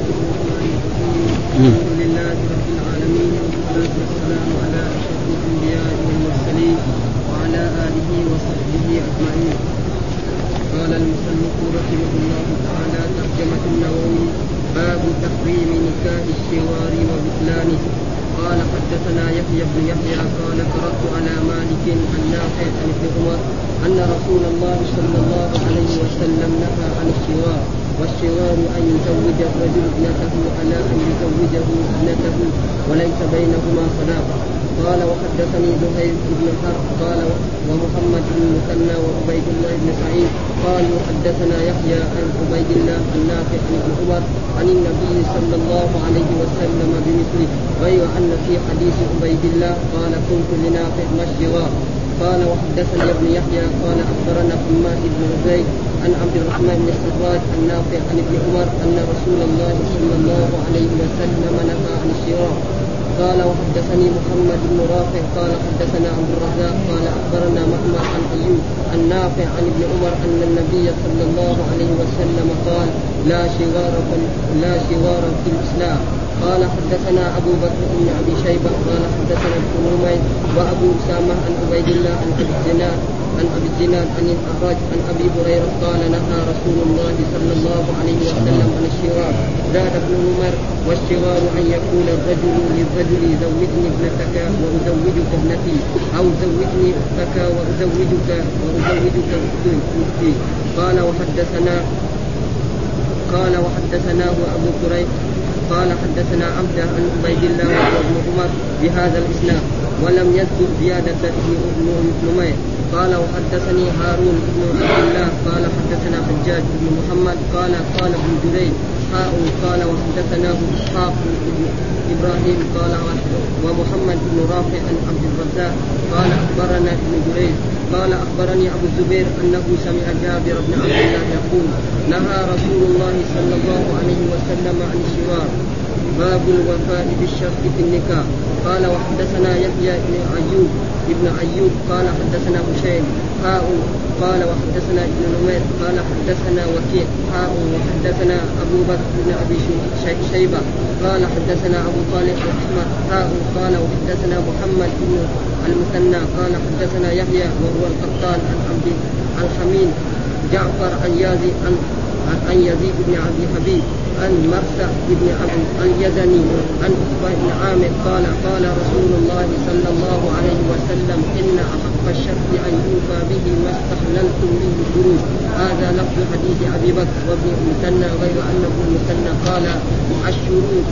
الحمد لله رب العالمين والصلاة والسلام على أشرف الأنبياء والمرسلين وعلى آله وصحبه أجمعين. قال المصنف رحمه الله تعالى: ترجمة النووي. باب تحريم نكاح الشوار وبطلانه. قال: حدثنا يحيى بن يحيى قال: قرأت على مالك عن نافع عن ابن عمر أن رسول الله صلى الله عليه وسلم نهى عن الشوار، والشوار أن يزوج الرجل ابنته على أن يزوجه ابنته وليس بينهما صداق. قال: وحدثني زهير بن حرب قال: ومحمد بن المثنى وعبيد الله بن سعيد قال: حدثنا يحيى عن عبيد الله عن نافع عن ابن عمر عن النبي صلى الله عليه وسلم بمثله، غير أن في حديث عبيد الله قال: كنت لنافع ما الشوار. قال: وحدثني ابن يحيى قال: أخبرنا حماد بن زيد عن عبد الرحمن بن السراج عن نافع عن ابن عمر أن رسول الله صلى الله عليه وسلم نهى عن الشوار. قال: وحدثني محمد بن رافع قال: حدثنا عبد الرزاق قال: أخبرنا معمر عن أيوب عن نافع عن ابن عمر أن النبي صلى الله عليه وسلم قال: لا شوار في الإسلام. قال: حدثنا أبو بكر بن أبي شيبة قال: حدثنا ابن نمير وأبو أسامة عن عبيد الله عن أبي الزناد عن الأعرج عن أبي هريرة قال: نهى رسول الله صلى الله عليه وسلم عن الشوار. زاد ابن نمير: والشوار أن يقول الرجل للرجل: زوجني ابنتك وأزوجك ابنتي، أو زوجني أختك وأزوجك أختي. قال: وحدثناه أبو كريب قال: حدثنا عبده عن عبيد الله وابن عمر بهذا الإسناد ولم يذكر زيادة ابن نمير. قال: وحدثني هارون بن عبد الله قال: حدثنا حجاج بن محمد قال ابن جريج قال: وحدثناه إسحاق بن إبراهيم قال: ومحمد بن رافع عن عبد الرزاق قال: أخبرنا ابن جريج قال: أخبرني أبو الزبير أنه سمع جابر بن عبد الله يقول: نهى رسول الله صلى الله عليه وسلم عن الشوار. باب الوفاء بالشرط في النكاح. قال: وحدثنا يحيى ابن أيوب قال: حدثنا هشيم قال: وحدثنا ابن نمير قال: حدثنا وكيع وحدثنا أبو بكر بن أبي شيبة قال: حدثنا أبو طالب أحمد قال: وحدثنا محمد بن المثنى قال: حدثنا يحيى وهو القطان عن عبد الحميد جعفر عن يزيد بن عبد حبيب عن مرثى بن عبد اليزني عن عقبة بن عامر قال: قال رسول الله صلى الله عليه وسلم: إن أحق الشرط أن يوفى به ما استحللتم به الفروج. هذا لفظ حديث أبي بكر وابن المثنى، غير أنه المثنى قال: الشروط.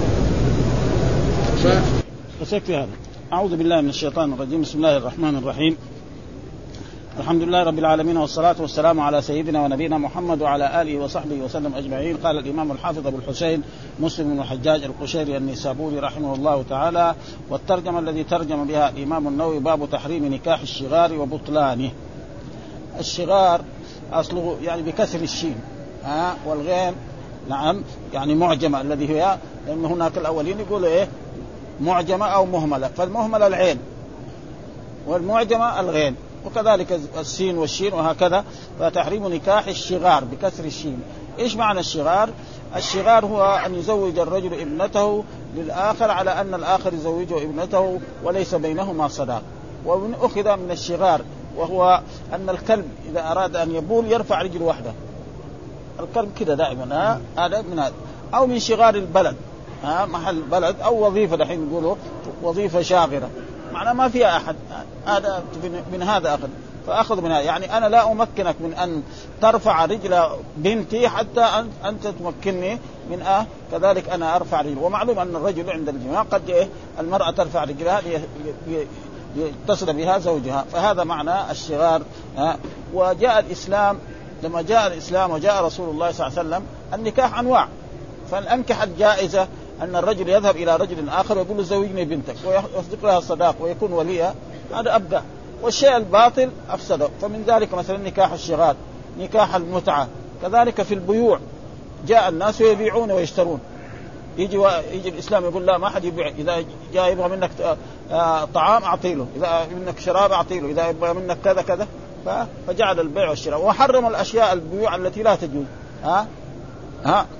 فسكت هذا. أعوذ بالله من الشيطان الرجيم. بسم الله الرحمن الرحيم. الحمد لله رب العالمين، والصلاة والسلام على سيدنا ونبينا محمد وعلى آله وصحبه وسلم أجمعين. قال الإمام الحافظ أبو الحسين مسلم بن الحجاج القشيري النيسابوري رحمه الله تعالى: والترجمة الذي ترجم بها الإمام النووي: باب تحريم نكاح الشغار وبطلانه. الشغار أصله يعني بكسر الشين والغين، نعم، يعني معجمة، الذي هي لأن هناك الأولين يقولوا إيه معجمة أو مهملة، فالمهملة العين والمعجمة الغين، وكذلك السين والشين وهكذا. فتحريم نكاح الشغار بكسر الشين. إيش معنى الشغار؟ الشغار هو أن يزوج الرجل ابنته للآخر على أن الآخر يزوجه ابنته وليس بينهما صداق. وأخذ من الشغار وهو أن الكلب إذا أراد أن يبول يرفع رجل واحدة، الكلب كده دائما هذا من هذا. أو من شغار البلد، محل بلد أو وظيفة، دحين يقولوا وظيفة شاغرة، معناه ما فيها أحد، هذا من هذا أخذ. فأخذ من هذا، يعني أنا لا أمكنك من أن ترفع رجل بنتي حتى أنت تمكنني من كذلك أنا أرفع رجل. ومعلوم أن الرجل عند الجماع قد المرأة ترفع رجلها لتصل بها زوجها، فهذا معنى الشغار. وجاء الإسلام، لما جاء الإسلام وجاء رسول الله صلى الله عليه وسلم، النكاح أنواع. فالأنكحة الجائزة أن الرجل يذهب إلى رجل آخر ويقول له زوجني بنتك ويصدق لها الصداق ويكون وليها، هذا أبدأ. والشيء الباطل أفسده. فمن ذلك مثلا نكاح الشغار، نكاح المتعة، كذلك في البيوع جاء الناس يبيعون ويشترون. يجي الإسلام يقول لا، ما حد يبيع. إذا جاء يبغى منك طعام أعطيله، إذا منك شراب أعطيله، إذا يبغى منك كذا كذا. فجعل البيع والشراء، وحرم الأشياء البيوع التي لا تجوز.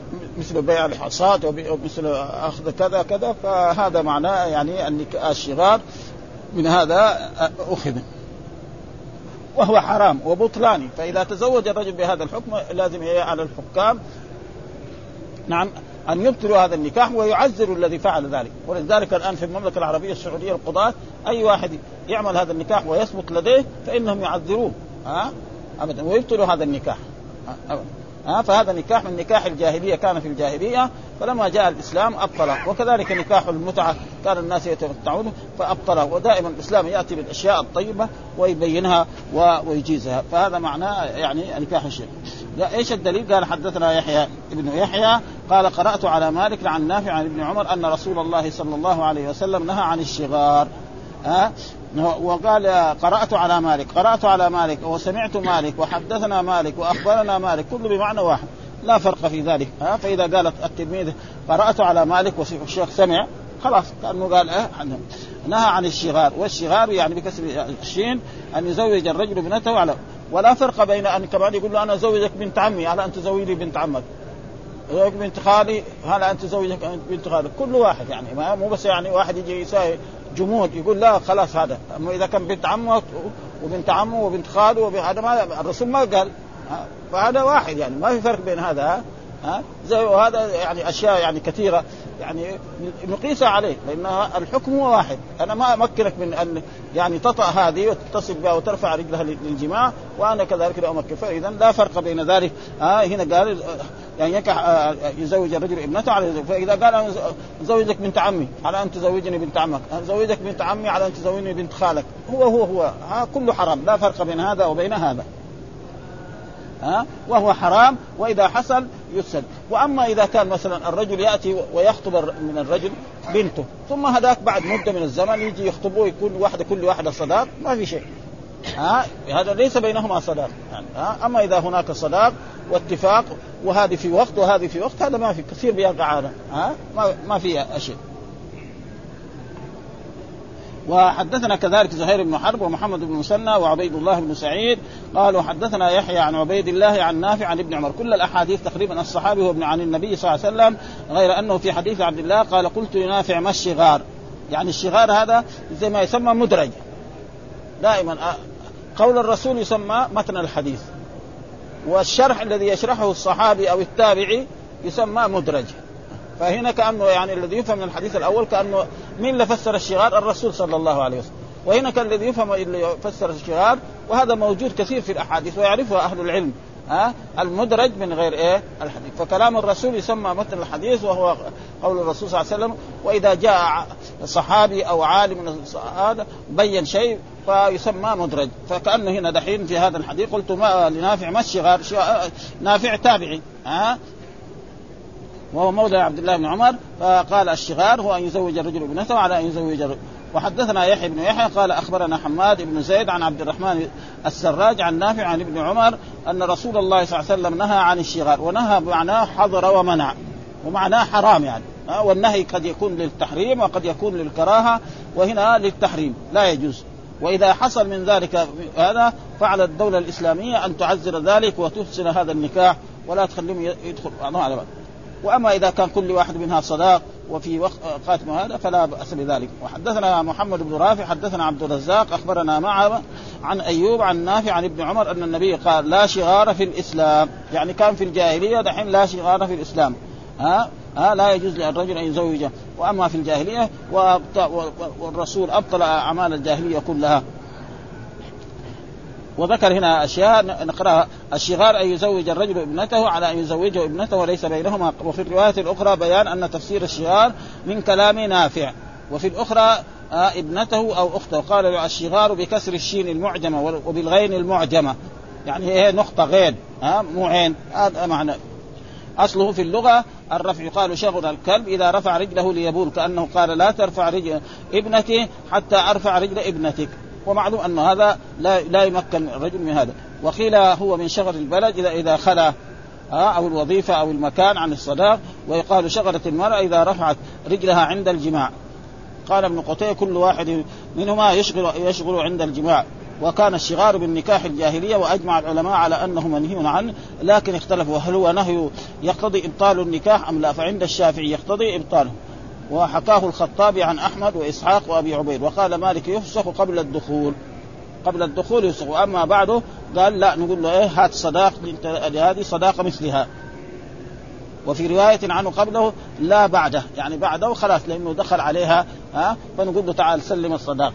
مثل بيع الحصاد ومثل أخذ كذا كذا، فهذا معناه يعني الشغار من هذا أخذ وهو حرام وبطلاني. فإذا تزوج الرجل بهذا الحكم لازم على الحكام نعم أن يبطلوا هذا النكاح ويعذروا الذي فعل ذلك. ولذلك الآن في المملكة العربية السعودية القضاة أي واحد يعمل هذا النكاح ويثبت لديه فإنهم يعذروه أبدا ويبطلوا هذا النكاح أبدا. فهذا نكاح من نكاح الجاهلية، كان في الجاهلية فلما جاء الإسلام أبطله. وكذلك نكاح المتعة كان الناس يتمتعون فأبطله. ودائما الإسلام يأتي بالأشياء الطيبة ويبينها ويجيزها، فهذا معناه يعني نكاح الشيخ. ايش الدليل؟ قال حدثنا يحيى ابن يحيى قال قرأت على مالك عن نافع عن ابن عمر أن رسول الله صلى الله عليه وسلم نهى عن الشغار. وقال قرأت على مالك وسمعت مالك وحدثنا مالك وأخبرنا مالك، كله بمعنى واحد لا فرق في ذلك. فإذا قالت التلميذ قرأت على مالك والشيخ سمع خلاص كأنه قال نهى عن الشغار. والشغار يعني بكسر الشين أن يزوج الرجل ابنته على، ولا فرق بين أن كمان يقول له أنا زوجك بنت عمي على أن تزوجي بنت عمك، زوجك بنت خالي على أن تزوجك بنت خالك، كل واحد يعني مو بس يعني واحد يجي يساوي جمود يقول لا خلاص هذا. أما إذا كان بنت عمه وبنت عمه وبنت خاله هذا ما الرسول ما قال، فهذا واحد يعني ما في فرق بين هذا زي وهذا يعني أشياء يعني كثيرة يعني نقيسها عليه، لأن الحكم هو واحد. أنا ما أمكنك من أن يعني تطأ هذه وتتصل بها وترفع رجلها للجماع وأنا كذلك لا أمكن. فإذا لا فرق بين ذلك. هنا قال يعني ينكح يزوج الرجل ابنته على، فإذا قال أنا زوجك بنت عمي على أن تزوجني بنت عمك، زوجك بنت عمي على أن تزوجني بنت خالك، هو كله حرام، لا فرق بين هذا وبين هذا. وهو حرام، وإذا حصل يفسد. وأما إذا كان مثلا الرجل يأتي ويخطب من الرجل بنته ثم هذاك بعد مدة من الزمن يجي يخطبوه يكون كل واحدة صداق، ما في شيء، هذا ليس بينهما صداق يعني. أما إذا هناك صداق واتفاق وهذه في وقت وهذه في وقت، هذا ما في كثير بيقع هذا ما في شيء. وحدثنا كذلك زهير بن حرب ومحمد بن مسنى وعبيد الله بن سعيد قالوا حدثنا يحيى عن عبيد الله عن نافع عن ابن عمر. كل الأحاديث تقريبا الصحابي هو ابن عن النبي صلى الله عليه وسلم، غير أنه في حديث عبد الله قال قلت لنافع ما الشغار. يعني الشغار هذا زي ما يسمى مدرج، دائما قول الرسول يسمى متن الحديث، والشرح الذي يشرحه الصحابي أو التابعي يسمى مدرج. فهنا كأنه يعني الذي يفهم من الحديث الأول كأنه مين اللي فسر الشغار؟ الرسول صلى الله عليه وسلم. وهنا كان الذي يفهم اللي يفسر الشغار، وهذا موجود كثير في الأحاديث ويعرفها أهل العلم. المدرج من غير الحديث. فكلام الرسول يسمى متن الحديث وهو قول الرسول صلى الله عليه وسلم. وإذا جاء صحابي أو عالم من الصحابة بين شيء فيسمى مدرج. فكأنه هنا دحين في هذا الحديث قلت ما لنافع ما الشغار، نافع تابعي وهو مولى عبد الله بن عمر، فقال الشغار هو أن يزوج الرجل ابنته على أن يزوج الرجل. وحدثنا يحيى بن يحيى قال أخبرنا حماد بن زيد عن عبد الرحمن السراج عن نافع عن ابن عمر أن رسول الله صلى الله عليه وسلم نهى عن الشغار. ونهى بمعناه حظر ومنع، ومعناه حرام يعني. والنهي قد يكون للتحريم وقد يكون للكراهة، وهنا للتحريم لا يجوز. وإذا حصل من ذلك هذا فعل الدولة الإسلامية أن تعزر ذلك وتفسد هذا النكاح ولا تخليهم يدخل بعضهم على بعض. وأما إذا كان كل واحد منها صداق وفي وقت قاتم هذا فلا بأس بذلك. وحدثنا محمد بن رافع حدثنا عبد الرزاق أخبرنا معه عن أيوب عن نافع عن ابن عمر أن النبي قال لا شغار في الإسلام. يعني كان في الجاهلية، دحين لا شغار في الإسلام. لا يجوز للرجل أن يزوجه. وأما في الجاهلية والرسول أبطل أعمال الجاهلية كلها. وذكر هنا أشياء نقرأها. الشغار أن يزوج الرجل ابنته على أن يزوجه ابنته وليس بينهما. وفي الرواية الأخرى بيان أن تفسير الشغار من كلام نافع، وفي الأخرى ابنته أو أخته. قال الشغار بكسر الشين المعجمة وبالغين المعجمة، يعني هي نقطة غين مو عين. هذا معنى أصله في اللغة الرفع. يقال شغل الكلب إذا رفع رجله ليبول، كأنه قال لا ترفع رجل ابنتي حتى أرفع رجل ابنتك. ومعلوم أن هذا لا يمكن الرجل من هذا. وقيل هو من شغل البلد إذا خلا أو الوظيفة أو المكان عن الصداق. ويقال شغلت المرأة إذا رفعت رجلها عند الجماع. قال ابن قتيبة كل واحد منهما يشغل عند الجماع. وكان الشغار بالنكاح الجاهلية، وأجمع العلماء على أنه منهي عنه، لكن اختلفوا هل هو نهي يقتضي إبطال النكاح أم لا، فعند الشافعي يقتضي إبطاله، وحكاه الخطابي عن أحمد وإسحاق وأبي عبيد، وقال مالك يفسخ قبل الدخول يفسخ، وأما بعده قال لا، نقول له هات صداق، هذه صداقة مثلها. وفي رواية عنه قبله لا بعده، يعني بعده خلاص لأنه دخل عليها فنقول له تعال سلم الصداق.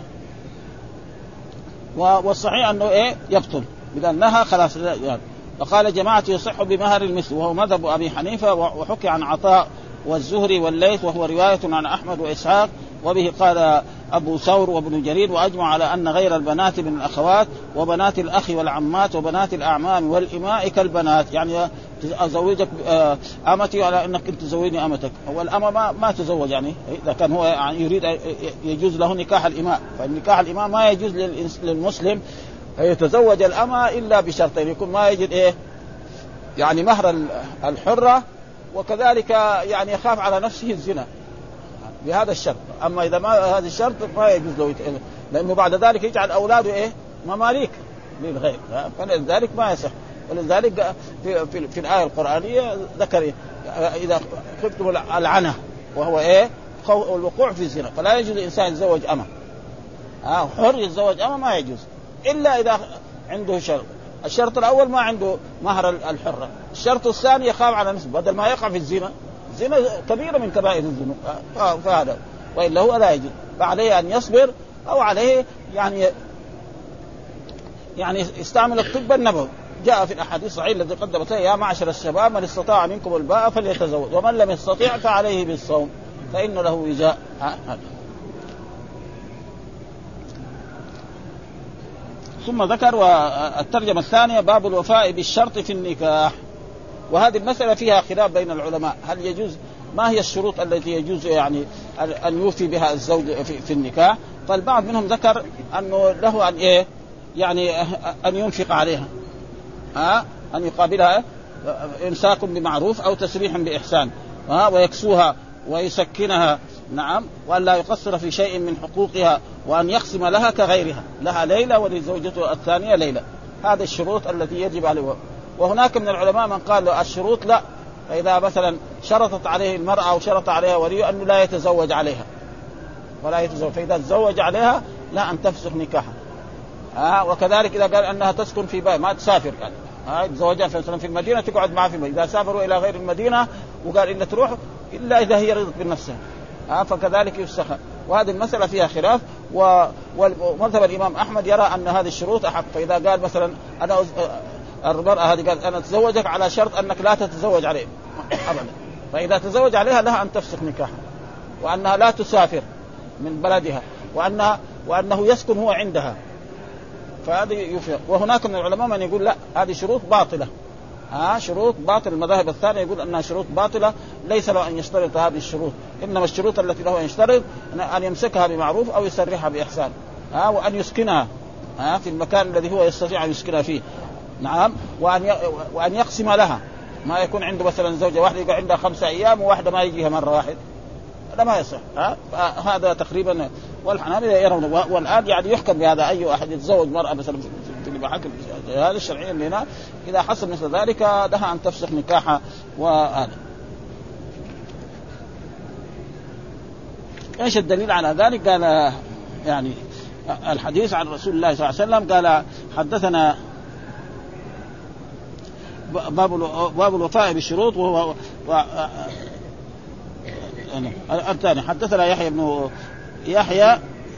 والصحيح أنه يبطل بأنها خلاص يعني. وقال جماعة يصح بمهر المثل، وهو مذهب أبي حنيفة، وحكي عن عطاء والزهري والليث، وهو رواية عن أحمد وإسحاق، وبه قال أبو ثور وابن جرير، وأجمع على أن غير البنات من الأخوات وبنات الأخ والعمات وبنات الأعمام والإماء كالبنات، يعني أزوجك أمتي على أنك أنت تزوجني أمتك، والأمة ما تزوج، يعني إذا كان هو يعني يريد يجوز له نكاح الإماء، فالنكاح الإماء ما يجوز للمسلم يتزوج الأمة إلا بشرطين، يكون ما يجد يعني مهر الحرة، وكذلك يعني يخاف على نفسه الزنا بهذا الشرط. أما إذا ما هذا الشرط ما يجوز له، لأنه بعد ذلك يجعل أولاده مماليك للغير، فلذلك ما يصح. ولذلك في الآية القرآنية ذكر إذا خفتم العنة، وهو الوقوع في الزنا، فلا يجوز الإنسان يتزوج أمة، حر يتزوج أمة ما يجوز إلا إذا عنده شرط. الشرط الأول ما عنده مهر الحرة، الشرط الثاني يخاف على نفسه بدل ما يقع في الزنا، الزنا كبيرة من كبائر الذنوب، فهذا وإلا هو لا يجوز، فعليه أن يصبر، أو عليه يعني يستعمل الطب النبوي. جاء في الأحاديث الصحيحة التي قدمت يا معشر الشباب من استطاع منكم الباء فليتزوج، ومن لم يستطيع فعليه بالصوم فإن له وجاء. ثم ذكر والترجمة الثانية باب الوفاء بالشرط في النكاح، وهذه المسألة فيها خلاف بين العلماء، هل يجوز، ما هي الشروط التي يجوز يعني أن يوفي بها الزوج في النكاح؟ فالبعض منهم ذكر أنه له أن يعني أن ينفق عليها، أن يقابلها إمساك بمعروف أو تسريح بإحسان، ويكسوها ويسكنها، نعم، وأن لا يقصر في شيء من حقوقها، وأن يقسم لها كغيرها، لها ليلة ولزوجته الثانية ليلة. هذه الشروط التي يجب عليه. وهناك من العلماء من قال الشروط لا، فإذا مثلا شرطت عليه المرأة أو شرط عليها ولي أنه لا يتزوج عليها ولا يتزوج، فإذا تزوج عليها لا أن تفسخ نكاحها. وكذلك إذا قال أنها تسكن في بيت ما تسافر، قال تزوجها في المدينة تقعد معه في المدينة، إذا سافروا إلى غير المدينة وقال إن تروح إلا إذا هي رضت بنفسها، فكذلك يفسخ. وهذه المسألة فيها خلاف، ومذهب الإمام أحمد يرى أن هذه الشروط أحق. فإذا قال مثلا أنا المرأة هذه قال أنا أتزوجك على شرط أنك لا تتزوج عليه أبدا، فإذا تزوج عليها لها أن تفسخ نكاحها، وأنها لا تسافر من بلدها، وأنه يسكن هو عندها، فهذه يفسخ. وهناك من العلماء من يقول لا، هذه شروط باطلة، شروط باطل. المذاهب الثانية يقول أنها شروط باطلة، ليس له أن يشترط هذه الشروط، إنما الشروط التي له أن يشترط أن يمسكها بمعروف أو يسرحها بإحسان، وأن يسكنها في المكان الذي هو يستطيع أن يسكنها فيه، نعم، وأن يقسم لها، ما يكون عنده مثلا زوجة واحدة يقول عندها 5 أيام وواحدة ما يجيها مرة واحدة، هذا ما يصح. هذا تقريبا والحنابلة يرون. والآن يعني يحكم بهذا، أي أحد يتزوج مرأة مثلا في المحاكم هذا الشرعية لنا إذا حصل مثل ذلك لها أن تفسخ نكاحها. وهذا إيش الدليل على ذلك؟ قال يعني الحديث عن رسول الله صلى الله عليه وسلم قال حدثنا باب الوفاء بالشروط، وهو الثاني حدثنا يحيى بن يحيى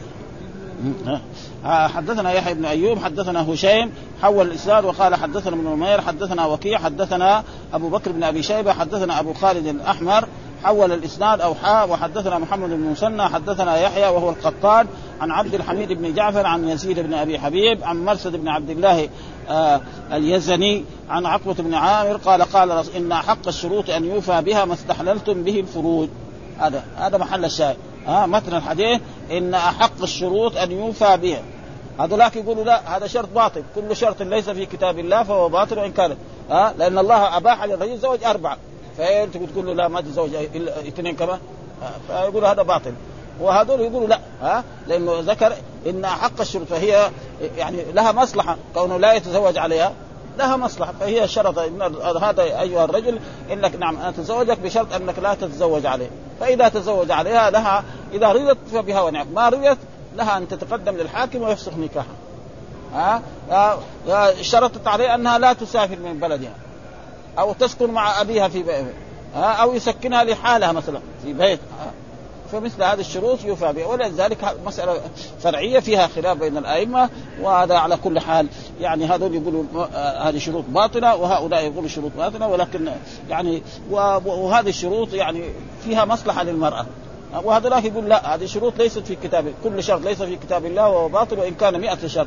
حدثنا يحيى بن أيوب حدثنا هشيم حول الإسناد وقال حدثنا ابن نمير حدثنا وكيع حدثنا أبو بكر بن أبي شيبة حدثنا أبو خالد الأحمر حول الإسناد أو وحدثنا محمد بن مسنى حدثنا يحيى وهو القطان عن عبد الحميد بن جعفر عن يزيد بن أبي حبيب عن مرثد بن عبد الله اليزني عن عقبة بن عامر قال إن حق الشروط أن يوفى بها ما استحللتم به الفروج. هذا محل الشاهد. متن الحديث إن أحق الشروط أن يوفى بها. هذولاك يقولوا لا، هذا شرط باطل، كل شرط ليس في كتاب الله فهو باطل وإن كان لأن الله أباح للرجل يتزوج 4، فأنت تقول له لا ما تتزوج إلا 2 كمان، فيقولوا هذا باطل. وهذول يقولوا لا لأنه ذكر إن أحق الشروط، فهي يعني لها مصلحة كونه لا يتزوج عليها، لها مصلحة، فهي شرط إن هذا أيها الرجل إنك نعم أتزوجك بشرط أنك لا تتزوج عليه، فإذا تزوج عليها لها إذا رضت فبها ونعم، ما رضت لها أن تتقدم للحاكم ويفسخ نكاحها. شرطت عليه أنها لا تسافر من بلدها أو تسكن مع أبيها في بيت أو يسكنها لحالها مثلا في بيت، فمثل هذه الشروط يوفى بها. ولذلك مسألة فرعية فيها خلاف بين الأئمة، وهذا على كل حال يعني هذول يقولوا هذه شروط باطلة وهؤلاء يقولوا شروط باطلة، ولكن يعني وهذه الشروط يعني فيها مصلحة للمرأة، وهذا يقول لا هذه شروط ليست في كتاب، كل شرط ليس في كتاب الله وهو باطل وإن كان 100 شرط.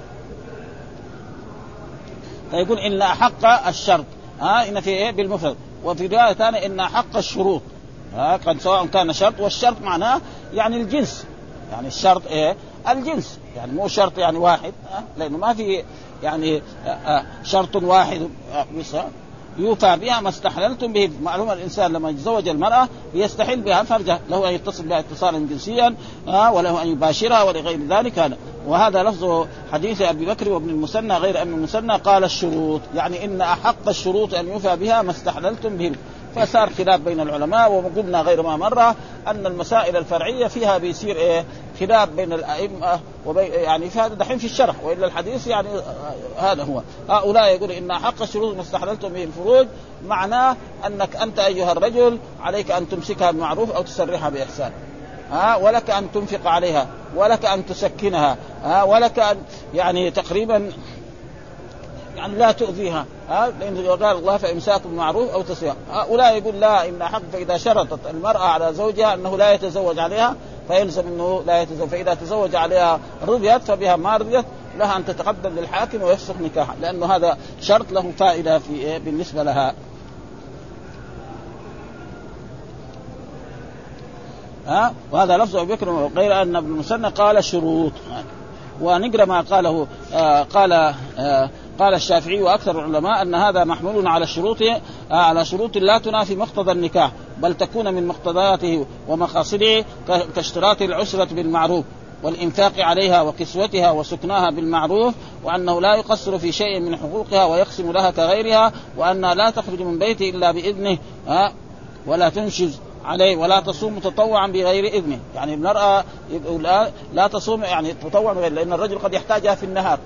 فيقول إن حق الشرط إن في إيه بالمفرد، وفي رواية ثانية إن حق الشروط قد سواء كان شرط، والشرط معناه يعني الجنس، يعني الشرط إيه الجنس، يعني مو شرط يعني واحد لأنه ما في يعني شرط واحد يوفى بها ما استحللتم به. معلومة الإنسان لما يتزوج المرأة يستحل بها فرجه، له أن يتصل بها اتصالا جنسيا وله أن يباشرها ولغير ذلك هذا. وهذا لفظ حديث أبي بكر وابن المثنى غير أن المثنى قال الشروط، يعني إن أحق الشروط أن يوفى بها ما استحللتم به. فصار خلاف بين العلماء، وقلنا غير ما مرة أن المسائل الفرعية فيها بيصير إيه خلاف بين الأئمة يعني في هذا دحين في الشرح، وإلا الحديث يعني هذا هو. هؤلاء يقول إن حق الشروط ما استحللتم به الفروج، معناه أنك أنت أيها الرجل عليك أن تمسكها بمعروف أو تسرحها بإحسان، ولك أن تنفق عليها، ولك أن تسكنها، ولك أن يعني تقريبا يعني لا تؤذيها، لأن قال الله فإمساك بالمعروف أو تسريح. هؤلاء يقول لا إن حق، فإذا شرطت المرأة على زوجها أنه لا يتزوج عليها فيلزم أنه لا يتزوج، فإذا تزوج عليها رضيت فبها، ما رضيت لها أن تتقدم للحاكم ويفسخ نكاحها، لأنه هذا شرط له فائدة في بالنسبة لها. وهذا لفظ أبي بكر، غير أن ابن المثنى قال شروط. ونقرأ ما قاله قال الشافعي وأكثر العلماء أن هذا محمول على شروط لا تنافي مقتضى النكاح، بل تكون من مقتضياته ومقاصده كاشتراط العسرة بالمعروف والإنفاق عليها وكسوتها وسكناها بالمعروف، وأنه لا يقصر في شيء من حقوقها ويقسم لها كغيرها، وأنها لا تخرج من بيته إلا بإذنه ولا تنشز عليه ولا تصوم تطوعا بغير إذنه. يعني المرأة لا تصوم يعني تطوعا بغير، لأن الرجل قد يحتاجها في النهار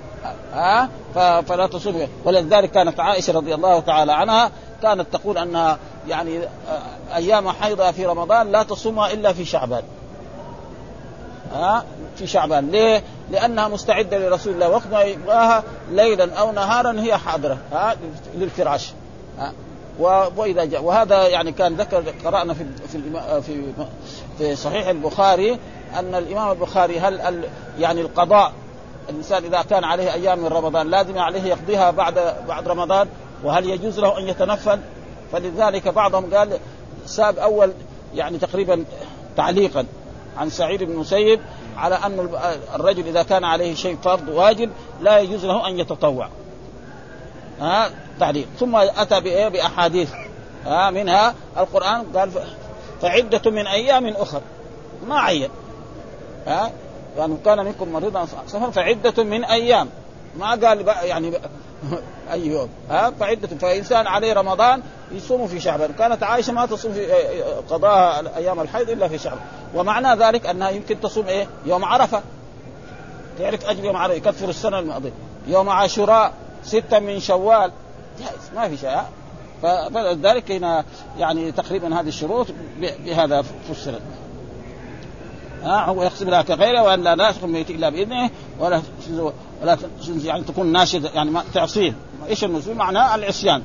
فلا تصوم. ولذلك كانت عائشة رضي الله تعالى عنها كانت تقول أنها يعني أيام حيضها في رمضان لا تصومها إلا في شعبان. في شعبان ليه؟ لأنها مستعدة لرسول الله، وقت ما يبغاها ليلا أو نهارا هي حاضرة للفراش. وإذا جاء، وهذا يعني كان ذكر قرأنا في صحيح البخاري أن الإمام البخاري هل يعني القضاء الإنسان إذا كان عليه أيام من رمضان لازم عليه يقضيها بعد رمضان، وهل يجوز له أن يتنفل؟ فلذلك بعضهم قال ساق أول يعني تقريبا تعليقا عن سعيد بن المسيب على أن الرجل إذا كان عليه شيء فرض واجب لا يجوز له أن يتطوع تعليق. ثم أتى بأحاديث منها القرآن قال فعدة من أيام أخر، ما عين يعني كان منكم مريضا فعدة من أيام، ما قال يعني أي يوم فعدة. فإنسان عليه رمضان يصوم في شعبان، كانت عائشة ما تصوم في قضاء أيام الحيض إلا في شعبان، ومعنى ذلك أنها يمكن تصوم يوم عرفة، تعرف أجل يوم عرفة يكفر السنة الماضية، يوم عاشوراء 6 من شوال، ما في شيء. فذلك هنا يعني تقريبا هذه الشروط بهذا فسرت. هو يقسم لها كغيره، وأن لا تقوم بيت إلا بإذنه ولا يعني تكون ناشدة يعني ما تعصيه. إيش النزول؟ معناه العصيان.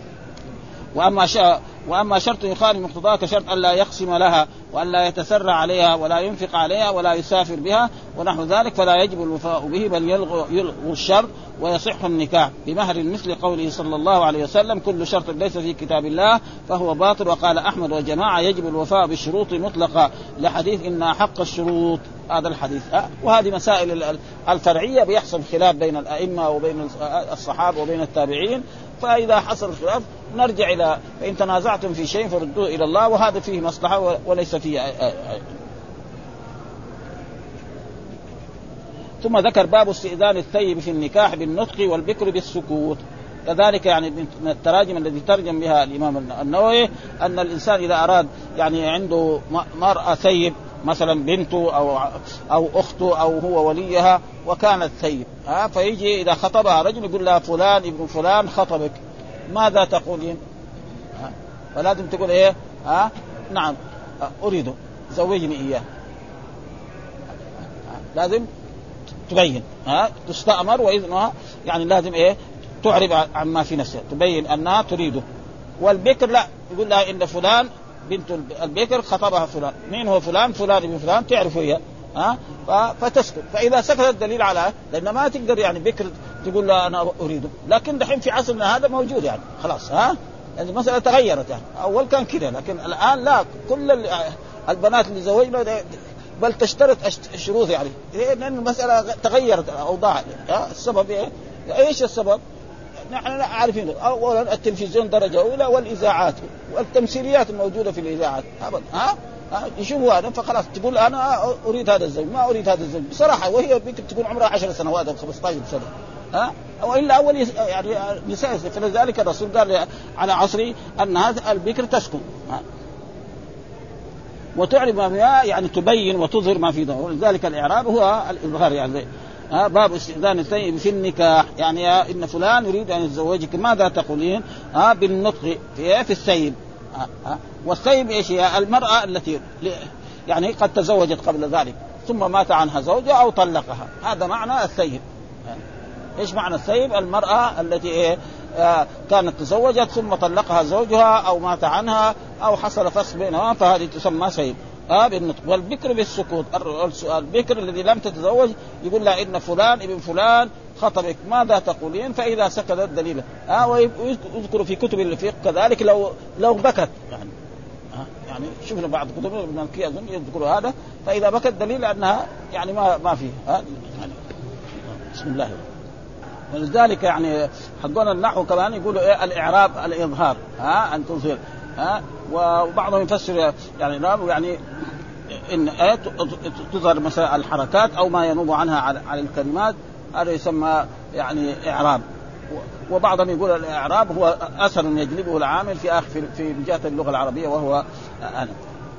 وأما شرط يخالف مقتضاه كشرط ألا يقسم لها وألا يتسرع عليها ولا ينفق عليها ولا يسافر بها ونحو ذلك فلا يجب الوفاء به، بل يلغو الشرط ويصح النكاح بمهر مثل قوله صلى الله عليه وسلم كل شرط ليس في كتاب الله فهو باطل. وقال أحمد وجماعة يجب الوفاء بالشروط مطلقة لحديث إن حق الشروط، هذا الحديث. وهذه مسائل الفرعية بيحصل خلاف بين الأئمة وبين الصحابة وبين التابعين، فإذا حصل خلاف نرجع إلى فإن تنازعتم في شيء فردوه إلى الله، وهذا فيه مصلحة وليس فيه ثم ذكر باب استئذان الثيب في النكاح بالنطق والبكر بالسكوت. كذلك يعني من التراجم الذي ترجم بها الإمام النووي أن الإنسان إذا أراد يعني عنده مرأة ثيب مثلا بنته أو أخته أو هو وليها وكانت ثيب فيجي إذا خطبها رجل يقول لها فلان ابن فلان خطبك ماذا تقولين؟ فلازم تقول إيه نعم أريده زوجني إياه. لازم تبين تستأمر وإذنها يعني لازم إيه تعرب عما في نفسها تبين أنها تريده. والبكر لا يقول لها إن فلان بنت البكر خطبها فلان. مين هو فلان؟ فلان ابن فلان تعرفه هي فتسكت. فإذا سكت الدليل على لأن ما تقدر يعني بكر تقول له أنا أريده. لكن دحين في عصرنا هذا موجود يعني خلاص يعني المسألة تغيرت يعني أول كان كده لكن الآن لا كل البنات اللي زوجنا بل تشترط شروط يعني لأن المسألة تغيرت أوضاع. السبب إيه؟ إيش السبب؟ نحن عارفين أولا التلفزيون درجة أولى والإذاعات والتمثيليات الموجودة في الإذاعات يشوفوا هذا فخلاص تقول أنا أريد هذا الزوج ما أريد هذا الزوج بصراحة وهي تكون عمرها 10 سنوات أو 15 سنة أو إلا أول يعني نساء. فلذلك الرسول قال على عصري أن هذا البكر تسكن وتعرف ما فيها يعني تبين وتظهر ما في ذلك. ولذلك الإعراب هو الإظهار يعني باب استئذان الثيب في النكاح يعني إن فلان يريد أن يتزوجك ماذا تقولين؟ بالنطق في الثيب. والثيب إيش هي؟ المرأة التي يعني قد تزوجت قبل ذلك ثم مات عنها زوجها أو طلقها هذا معنى الثيب. إيش معنى الثيب؟ المرأة التي كانت تزوجت ثم طلقها زوجها أو مات عنها أو حصل فسخ بينها فهذه تسمى ثيب بالنطق. والبكر بالسكوت البكر الذي لم تتزوج يقول لها إن فلان ابن فلان خطبك ماذا تقولين؟ فإذا سكت الدليل ويذكر في كتب الفقه كذلك لو بكت يعني شوفنا بعض كتب المالكية أظن يذكروا هذا فإذا بكت دليل أنها يعني ما فيه يعني بسم الله. ولذلك يعني حقون النحو كمان يقولوا إيه الإعراب الإظهار أن تظهر وبعضهم يفسر يعني إن تظهر مثلا الحركات أو ما ينوب عنها على الكلمات هذا يسمى يعني إعراب. وبعضهم يقول الإعراب هو أثر يجلبه العامل في جهة اللغة العربية وهو أنا.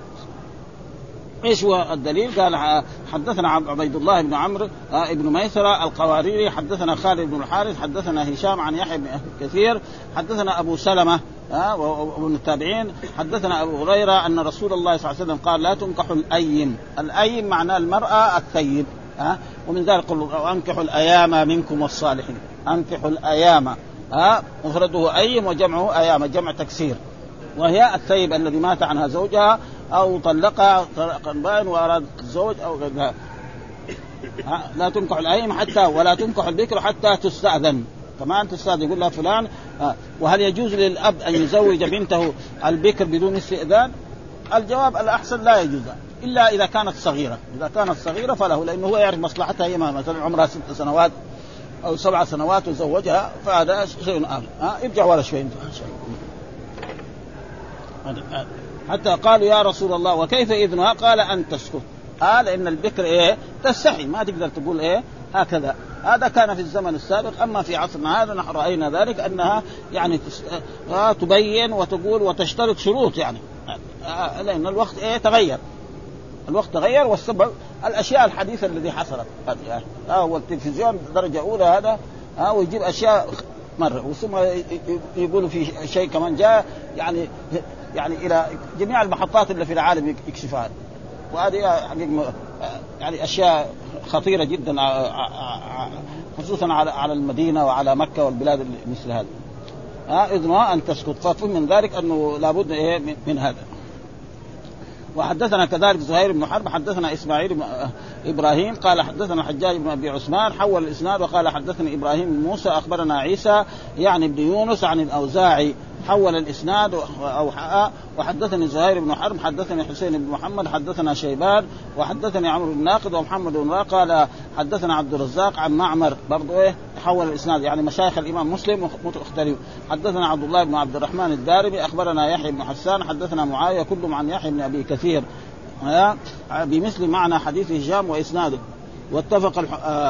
إيش هو الدليل؟ قال حدثنا عبيد الله بن عمرو ابن ميسرة القواريري حدثنا خالد بن الحارث حدثنا هشام عن يحيى بن كثير حدثنا أبو سلمة وابن التابعين حدثنا أبو هريرة أن رسول الله صلى الله عليه وسلم قال لا تنكحوا الأيم معناه المرأة الثيب ومن ذلك قالوا أنكحوا الأيام منكم والصالحين. أنكحوا الأيام مفرده أيم وجمعه أيام جمع تكسير وهي الثيب الذي مات عنها زوجها أو طلقها طلاقا بائن وأراد الزوج أو غيرها. لا تنكح الأيم حتى ولا تنكح البكر حتى تستأذن كمان تستأذن يقول لها فلان. وهل يجوز للأب أن يزوج بنته البكر بدون استئذان؟ الجواب الأحسن لا يجوز إلا إذا كانت صغيرة. إذا كانت صغيرة فله لأنه هو يعرف مصلحتها هي مثلا عمرها 6 سنوات أو 7 سنوات وزوجها فهذا شيء آخر. ارجع ولا شوي حتى قالوا يا رسول الله وكيف إذنها؟ قال أن تسكت لأن البكر تستحي ما تقدر تقول هكذا. هذا كان في الزمن السابق. أما في عصرنا هذا نحن رأينا ذلك أنها يعني تبين وتقول وتشترط شروط يعني لأن الوقت الوقت تغير والسبب الأشياء الحديثة الذي حصلت والتلفزيون درجة أولى هذا ويجيب أشياء مرة وثم يقولوا في شيء كمان جاء يعني إلى جميع المحطات اللي في العالم يكشفها. وهذه يعني أشياء خطيرة جدا خصوصا على المدينة وعلى مكة والبلاد مثل هذا. إذنها أن تسكت. ففهم من ذلك أنه لابد من هذا. وحدثنا كذلك زهير بن حرب حدثنا إسماعيل بن إبراهيم قال حدثنا حجاج بن أبي عثمان حول الإسناد وقال حدثني إبراهيم بن موسى أخبرنا عيسى يعني بن يونس عن الأوزاعي حول الإسناد وحدثني زهير بن حرب حدثني حسين بن محمد حدثنا شيبان وحدثني عمرو بن ناقد ومحمد بن قال حدثنا عبد الرزاق عن معمر برضو حول الإسناد يعني مشايخ الإمام مسلم مختلف. حدثنا عبد الله بن عبد الرحمن الدارمي أخبرنا يحيى بن حسان حدثنا معاوية كلهم عن يحيى بن أبي كثير بمثل معنى حديث هشام وإسناده. واتفق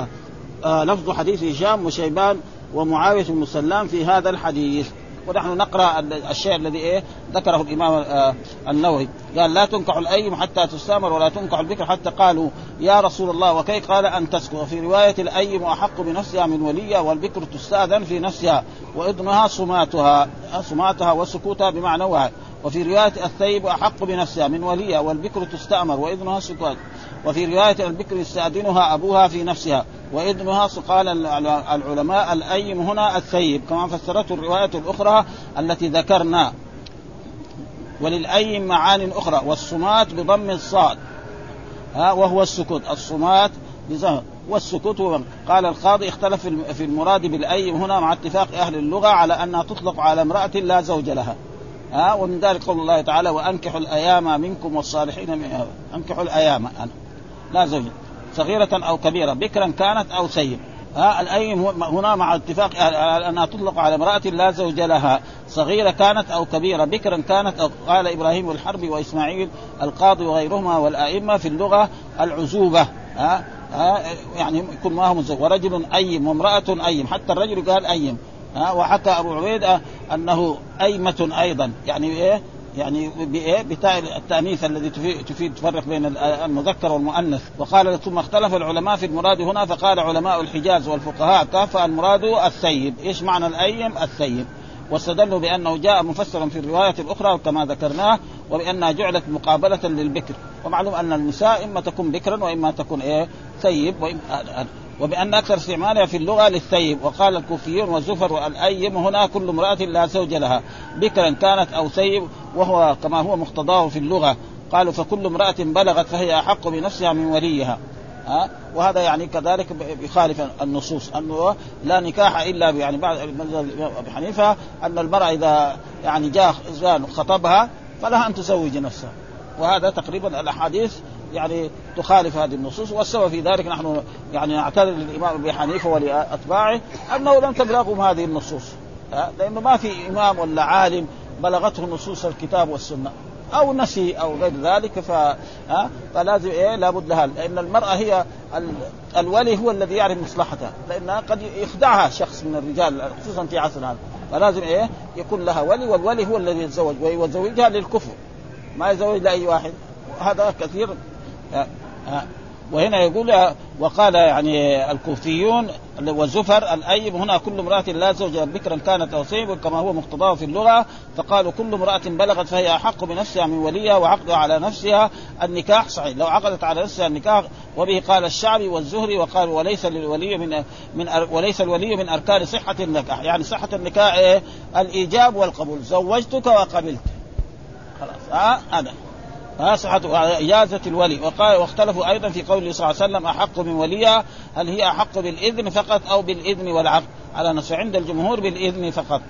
لفظ حديث هشام وشيبان ومعاوية بن سلام في هذا الحديث. ونحن نقرأ الشيء الذي ذكره الإمام النووي، قال لا تنكح الأيم حتى تستأمر ولا تنكح البكر حتى قالوا يا رسول الله وكيف؟ قال أن تسكت. وفي رواية الأيم أحق بنفسها من وليها والبكر تستأذن في نفسها وإذنها صماتها وسكوتها بمعنى واحد. وفي رواية الثيب أحق بنفسها من وليها والبكر تستأمر وإذنها سكوت. وفي رواية البكر يستأذنها أبوها في نفسها وإذنها. قال العلماء الأيم هنا الثيب كما فسرته الرواية الأخرى التي ذكرنا. وللأيم معان أخرى، والصمات بضم الصاد وهو السكوت، الصمات بضم والسكوت هو. قال القاضي اختلف في المراد بالأيم هنا مع اتفاق أهل اللغة على أنها تطلق على امرأة لا زوج لها. ومن ذلك قول الله تعالى وأنكحوا الأيام منكم والصالحين أنكحوا الأيام لا زوج صغيرة أو كبيرة بكرا كانت أو سيب. الأيم هنا مع اتفاق أنها تطلق على امرأة لا زوج لها صغيرة كانت أو كبيرة بكرا كانت أو. قال إبراهيم الحربي وإسماعيل القاضي وغيرهما والأئمة في اللغة العزوبة يعني يكون ما هو مزوج. ورجل أيم وامرأة أيم، حتى الرجل قال أيم. وحكى أبو عبيد أنه أيمة أيضا، يعني يعني بتاء التأنيث الذي تفيد تفرق بين المذكر والمؤنث. وقال ثم اختلف العلماء في المراد هنا، فقال علماء الحجاز والفقهاء كافة المراد الثيب. إيش معنى الأيم؟ الثيب. واستدلوا بأنه جاء مفسرا في الرواية الأخرى كما ذكرناه، وبأنها جعلت مقابلة للبكر. ومعلوم أن النساء إما تكون بكرا وإما تكون ثيب، وبأن أكثر استعمالها في اللغة للثيب. وقال الكوفيون والزفر والأيم هنا كل امرأة لا زوج لها بكرا كانت أو ثيب، وهو كما هو مقتضاه في اللغة. قالوا فكل امرأة بلغت فهي أحق بنفسها من وليها. وهذا يعني كذلك يخالف النصوص أنه لا نكاح إلا يعني بعد أبي حنيفة أن المرأة إذا يعني جاء خطبها فلها أن تزوج نفسها. وهذا تقريبا الأحاديث يعني تخالف هذه النصوص. والسبب في ذلك نحن يعني نعتذر للإمام أبي حنيفة ولأتباعه أنه لم تبلغهم هذه النصوص، لأنه ما في إمام ولا عالم بلغته نصوص الكتاب والسنة أو نسي أو غير ذلك. فلازم لابد لها، لأن المرأة هي الولي هو الذي يعرف مصلحتها، لأنها قد يخدعها شخص من الرجال خصوصا في عصر هذا. فلازم يكون لها ولي، والولي هو الذي يتزوج، ويزوجها للكفر ما يزوج لأي واحد. هذا كثير. وهنا يقول وقال يعني الكوفيون والزفر الأيب هنا كل امرأة لا زوج بكرا كانت أو ثيب كما هو مقتضاه في اللغة. فقالوا كل امرأة بلغت فهي أحق بنفسها من وليها، وعقدها على نفسها النكاح صحيح لو عقدت على نفسها النكاح. وبه قال الشعبي والزهري. وقال وليس الولي من أركان صحة النكاح، يعني صحة النكاح الإيجاب والقبول، زوجتك وقبلت خلاص هذا صحة إجازة الولي. وقال واختلفوا أيضا في قوله صلى الله عليه وسلم أحق من وليها، هل هي أحق بالإذن فقط أو بالإذن والعقد على نص؟ عند الجمهور بالإذن فقط،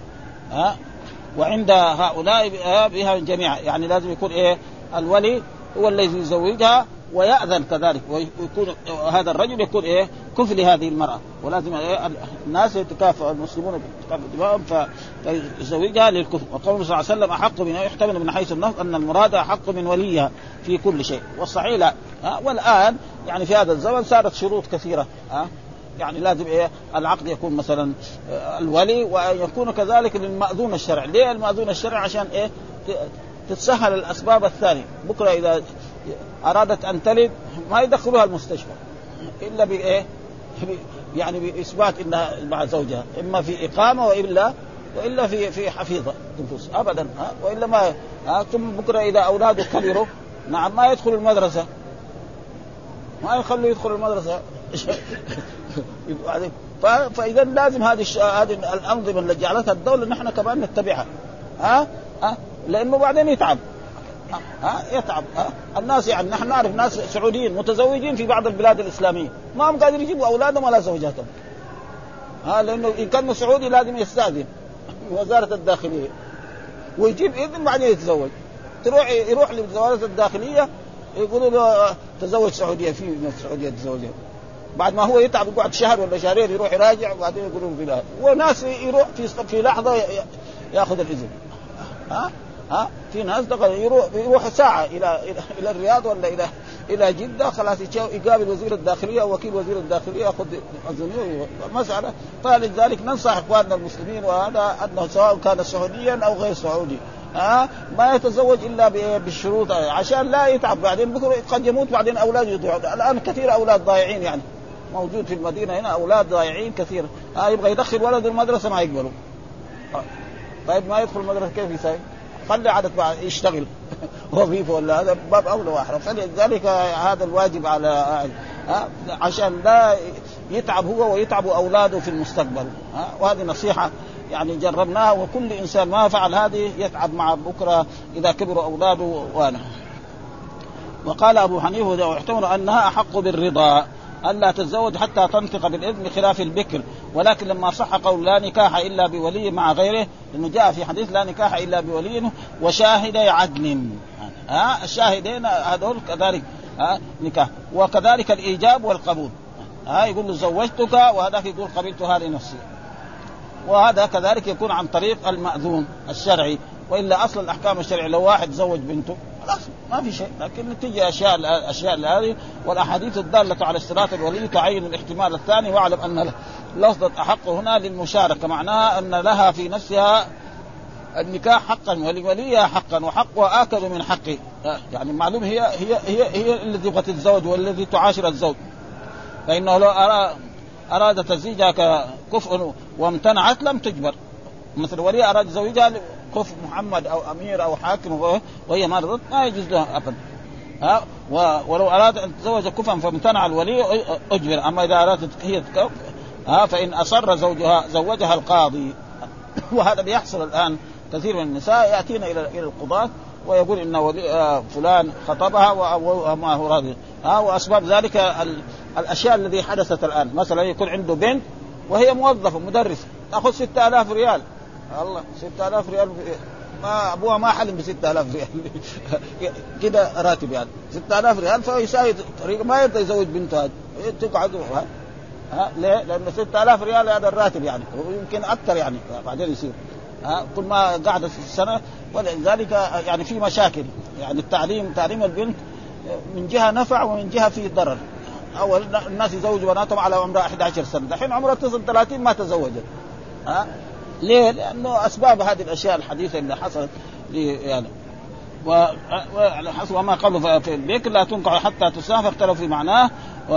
وعند هؤلاء بها جميعا، يعني لازم يكون الولي هو الذي يزوجها ويأذن كذلك، ويكون هذا الرجل يكون كفل هذه المرأة. ولازم الناس يتكافئ المسلمون دماءهم فيزوجها للكفر. وقوله صلى الله عليه وسلم أحق من يحتمل من حيث النص أن المراد أحق من وليها في كل شيء، والصحيح لا. والآن يعني في هذا الزمن صارت شروط كثيرة، يعني لازم العقد يكون مثلا الولي، ويكون كذلك للمأذون الشرعي. ليه المأذون الشرعي؟ عشان تتسهل الأسباب الثانية. بكرة إذا أرادت أن تلد ما يدخلوها المستشفى إلا يعني بإثبات إنها مع زوجها، إما في إقامة وإلا في حفيظة تنفس أبدا، وإلا ما ثم بكرة إذا أولاده كبروا نعم ما يدخل المدرسة، ما يخلوا يدخل المدرسة فإذا لازم هذه الأنظمة اللي جعلتها الدولة نحن كمان نتبعها، لأنه بعدين يتعب الناس. يعني نحن نعرف ناس سعوديين متزوجين في بعض البلاد الإسلامية ما هم قادرين يجيبوا أولادهم ولا زوجاتهم، لأنه إن كان سعودي لازم يستأذن وزارة الداخلية ويجيب إذن بعدين يتزوج. يروح لوزارة الداخلية يقولوا له تزوج سعودية، في من السعودية تزوجها، بعد ما هو يتعب يقعد شهر ولا شهرين يروح يراجع وبعدين يقولون بلاد. وناس يروح في لحظة يأخذ الإذن. في ناس يروح ساعة إلى الرياض ولا إلى جدة، خلاص يقابل وزير الداخلية أو وكيل وزير الداخلية يأخذ أذنه مسألة. فلذلك ننصح إخواننا المسلمين وهذا أنه سواء كان سعوديا أو غير سعودي ما يتزوج إلا بالشروط عشان لا يتعب بعدين، بكرة قد يموت بعدين أولاده يضيعوا. الآن كثير أولاد ضايعين يعني موجود في المدينة هنا، أولاد ضايعين كثير. يبغى يدخل ولد المدرسة ما يقبلوا. طيب ما يدخل المدرسة كيف يسوي؟ خلي عادة يشتغل وظيفة ولا هذا باب أولى وأحرى. فلذلك هذا الواجب على عشان لا يتعب هو ويتعب أولاده في المستقبل. وهذه نصيحة يعني جربناها، وكل إنسان ما فعل هذه يتعب مع بكرة إذا كبروا أولاده. وقال أبو حنيفة ويحتمل أنها أحق بالرضا ألا تتزوج حتى تنطق بالإذن بخلاف البكر، ولكن لما صح قول لا نكاح إلا بولي مع غيره، لأنه جاء في حديث لا نكاح إلا بولي وشاهدي عدل. الشاهدين هذول كذلك نكاح. وكذلك الإيجاب والقبول، يقول له زوجتك وهذاك يقول قبلتها لنفسي، وهذا كذلك يكون عن طريق المأذون الشرعي. وإلا أصل الأحكام الشرعية لو واحد زوج بنته خلاص ما في شيء، لكن تيجي أشياء هذه. والأحاديث الدالة على اشتراط الولي تعين الاحتمال الثاني. واعلم أن لفظة أحق هنا للمشاركة، معناها أن لها في نفسها النكاح حقا ولوليها حقا، وحقها آكد من حقه. يعني معلوم هي الذي تبغى تتزوج والذي تعاشر الزوج، فإنه لو أراد تزويجها كفء وامتنعت لم تجبر. مثل ولي أراد زوجها كفء محمد أو أمير أو حاكم وهي ما رضت ما يجوز لها أبدا. ولو أراد أن تتزوج كفءا فامتنع الولي أجبر. أما إذا أرادت هي فإن أصر زوجها القاضي. وهذا بيحصل الآن كثير من النساء يأتين إلى القضاة ويقول إن فلان خطبها وما هو راضي. وأسباب ذلك الأشياء التي حدثت الآن، مثلا يكون عنده بنت وهي موظفة مدرسة تأخذ 6000 ريال. الله 6000 ريال، ما أبوها ما حلم ب6000 ريال كده راتب يعني 6000 ريال. فيساوي طريقة ما يقدر يزوج بنته هذه تقعد ليه؟ لأنه 6000 ريال هذا الراتب يعني، ويمكن أكثر يعني بعدين يصير كل ما قعدت في السنة. ولذلك يعني في مشاكل. يعني تعليم البنت من جهة نفع ومن جهة فيه ضرر. أول الناس يزوجوا بناتهم على عمرها 11 سنة، دحين عمرها تصل 30 ما تزوجت. ليه؟ لأنه أسباب هذه الأشياء الحديثة اللي حصلت يعني. وعلى حسب ما قالوا في البكر لا تنكح حتى تسافر، اختلفوا في معناه.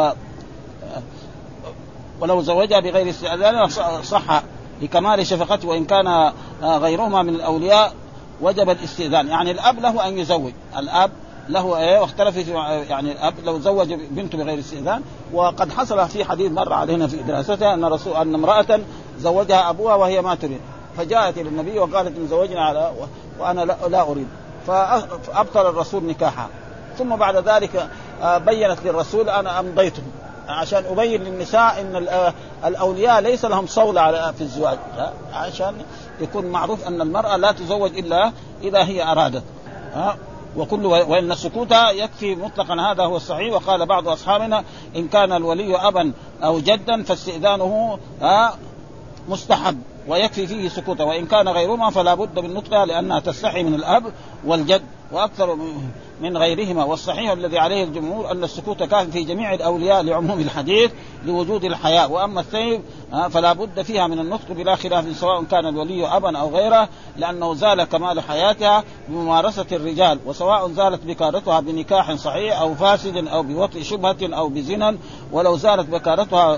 ولو زوجها بغير استئذان صح لكمال شفقته، وإن كان غيرهما من الأولياء وجب الاستئذان. يعني الأب له أن يزوج، الأب له واختلف في يعني الأب لو زوج بنته بغير استئذان. وقد حصل في حديث مر علينا في دراستها أن امرأة زوجها أبوها وهي ما تريد، فجاءت إلى النبي وقالت إن زوجنا على وأنا لا أريد، فأبطل الرسول نكاحها. ثم بعد ذلك بينت للرسول أنا أمضيته عشان أبين للنساء إن الأولياء ليس لهم صولة في الزواج، عشان يكون معروف أن المرأة لا تزوج إلا إذا هي أرادت. وإن سكوتها يكفي مطلقا، هذا هو الصحيح. وقال بعض أصحابنا إن كان الولي أبا أو جدا فاستئذانه مستحب ويكفي فيه سكوته، وإن كان غيرهما فلا بد من نطقها لأنها تستحي من الأب والجد وأكثر من غيرهما. والصحيح الذي عليه الجمهور أن السكوت كافي في جميع الأولياء لعموم الحديث لوجود الحياء. وأما الثيب فلا بد فيها من النطق بلا خلاف سواء كان الولي أبا أو غيره، لأنه زال كمال حياتها بممارسة الرجال، وسواء زالت بكارتها بنكاح صحيح أو فاسد أو بوطئ شبهة أو بزنا. ولو زالت بكارتها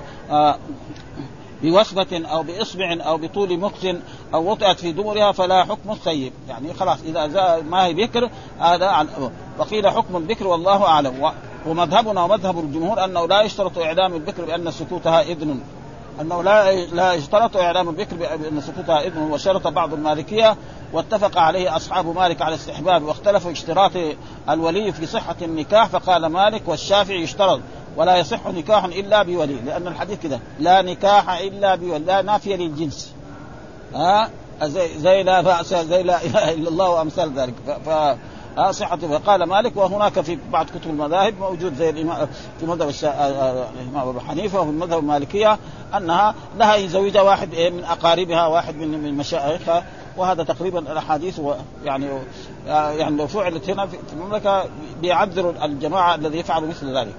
بوسبة أو بإصبع أو بطول مقص أو وطئت في دبرها فلا حكم الثيب. يعني خلاص إذا ما هي بكر هذا. وقيل حكم البكر والله أعلم. ومذهبنا ومذهب الجمهور أنه لا يشترط إعلام البكر بأن سكوتها إذن، أنه لا يشترط إعلام البكر بأن سكوتها إذن. وشرط بعض المالكية واتفق عليه أصحاب مالك على استحباب، واختلفوا اشتراط الولي في صحة النكاح، فقال مالك والشافعي يشترط ولا يصح نكاح إلا بولي، لأن الحديث كده لا نكاح إلا بولي، لا نافية للجنس زي لا بأس زي لا إله إلا الله وأمثال ذلك. صحة. فقال مالك. وهناك في بعض كتب المذاهب موجود زي في مذهب الإمام أبو حنيفة وفي المذهب المالكية أنها لها يزوجها واحد من أقاربها، واحد من مشايخها، وهذا تقريبا الأحاديث يعني لو فعلت هنا في المملكة بيعذروا الجماعة الذي يفعلوا مثل ذلك.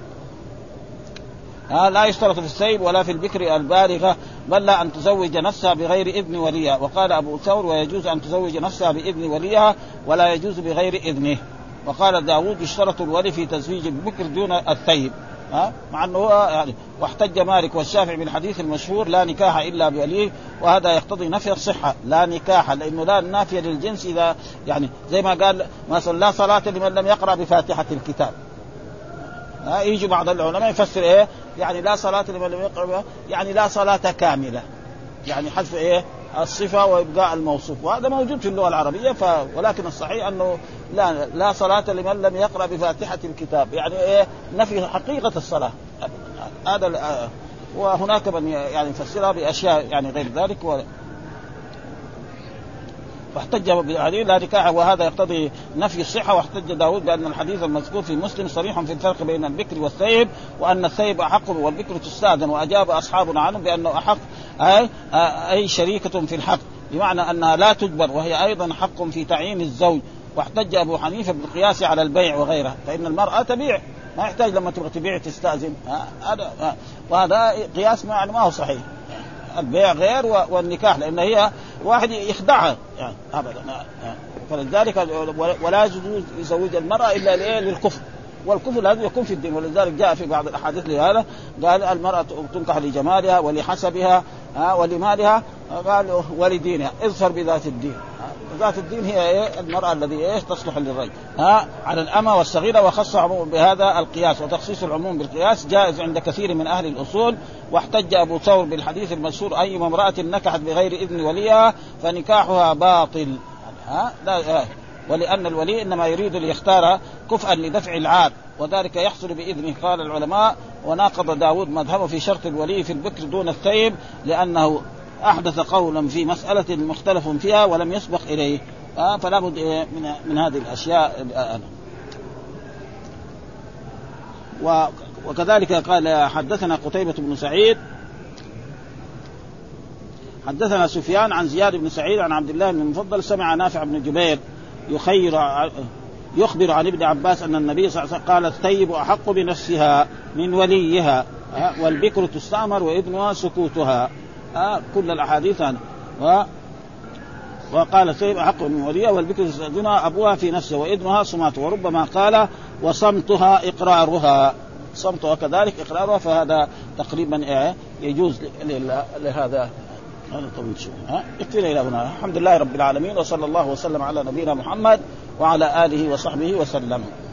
لا يشترط في السيب ولا في البكر البالغة، بل لا أن تزوج نفسها بغير إذن وليها. وقال أبو ثور: ويجوز أن تزوج نفسها بإذن وليها ولا يجوز بغير إذنه. وقال داود: يشترط الولي في تزويج البكر دون الثيب، مع أنه يعني. واحتج مالك والشافعي بالحديث المشهور: لا نكاح إلا بوليه، وهذا يقتضي نفي الصحة، لا نكاح، لأنه لا نافية للجنس. إذا يعني زي ما قال مثلا: لا صلاة لمن لم يقرأ بفاتحة الكتاب. يجي بعض العلماء يفسر يعني لا صلاة لمن لم يقرأ، يعني لا صلاة كاملة، يعني حذف الصفة وإبقاء الموصوف، وهذا موجود في اللغة العربية. ولكن الصحيح أنه لا صلاة لمن لم يقرأ بفاتحة الكتاب، يعني نفي حقيقة الصلاة هذا. وهناك من يعني يفسرها بأشياء يعني غير ذلك. واحتج بالحديث لا نكاح، وهذا يقتضي نفي الصحة. واحتج داود بأن الحديث المذكور في مسلم صريح في الفرق بين البكر والثيب، وأن الثيب أحق والبكر تستأذن. وأجاب أصحابنا عنه بأنه أحق أي شريكة في الحق، بمعنى أنها لا تجبر، وهي أيضا حق في تعيين الزوج. واحتج أبو حنيفة بالقياس على البيع وغيره، فإن المرأة تبيع، ما يحتاج لما تبغى تبيع تستأذن. وهذا قياس ما هو صحيح. البيع غير والنكاح، لأن هي واحد يخدعها يعني أبدا. فلذلك ولا يجوز يزوج المرأة إلا للكفر، والكفر لازم يكون في الدين. ولذلك جاء في بعض الأحاديث لهذا، قال: المرأة تنكح لجمالها ولحسبها ولمالها، قال ولدينها، اظفر بذات الدين. ذات الدين هي المرأة الذي تصلح للرجل على الأمة والصغيرة. وخص عموم بهذا القياس، وتخصيص العموم بالقياس جائز عند كثير من أهل الأصول. واحتج أبو ثور بالحديث المشهور: أي امرأة نكحت بغير إذن وليها فنكاحها باطل. ولأن الولي إنما يريد ليختار كفءا لدفع العار، وذلك يحصل بإذنه. قال العلماء: وناقض داود مذهبه في شرط الولي في البكر دون الثيب، لأنه أحدث قولا في مسألة مختلف فيها ولم يسبق إليه. فلا بد من هذه الأشياء. وكذلك قال: حدثنا قتيبة بن سعيد حدثنا سفيان عن زياد بن سعيد عن عبد الله بن المفضل سمع نافع بن جبير يخبر عن ابن عباس أن النبي صلى الله عليه وسلم قال: الثيب أحق بنفسها من وليها، والبكر تستأمر وإذنها سكوتها. كل الأحاديث وقال: الثيب أحق من وليها والبكر تستأذنها أبوها في نفسها وإذنها صماته. وربما قال: وصمتها إقرارها، صمتها كذلك إقرارها. فهذا تقريبا يجوز لهذا. هذا طويل شوي. اكتفينا إلى هنا. الحمد لله رب العالمين، وصلى الله وسلم على نبينا محمد وعلى آله وصحبه وسلم.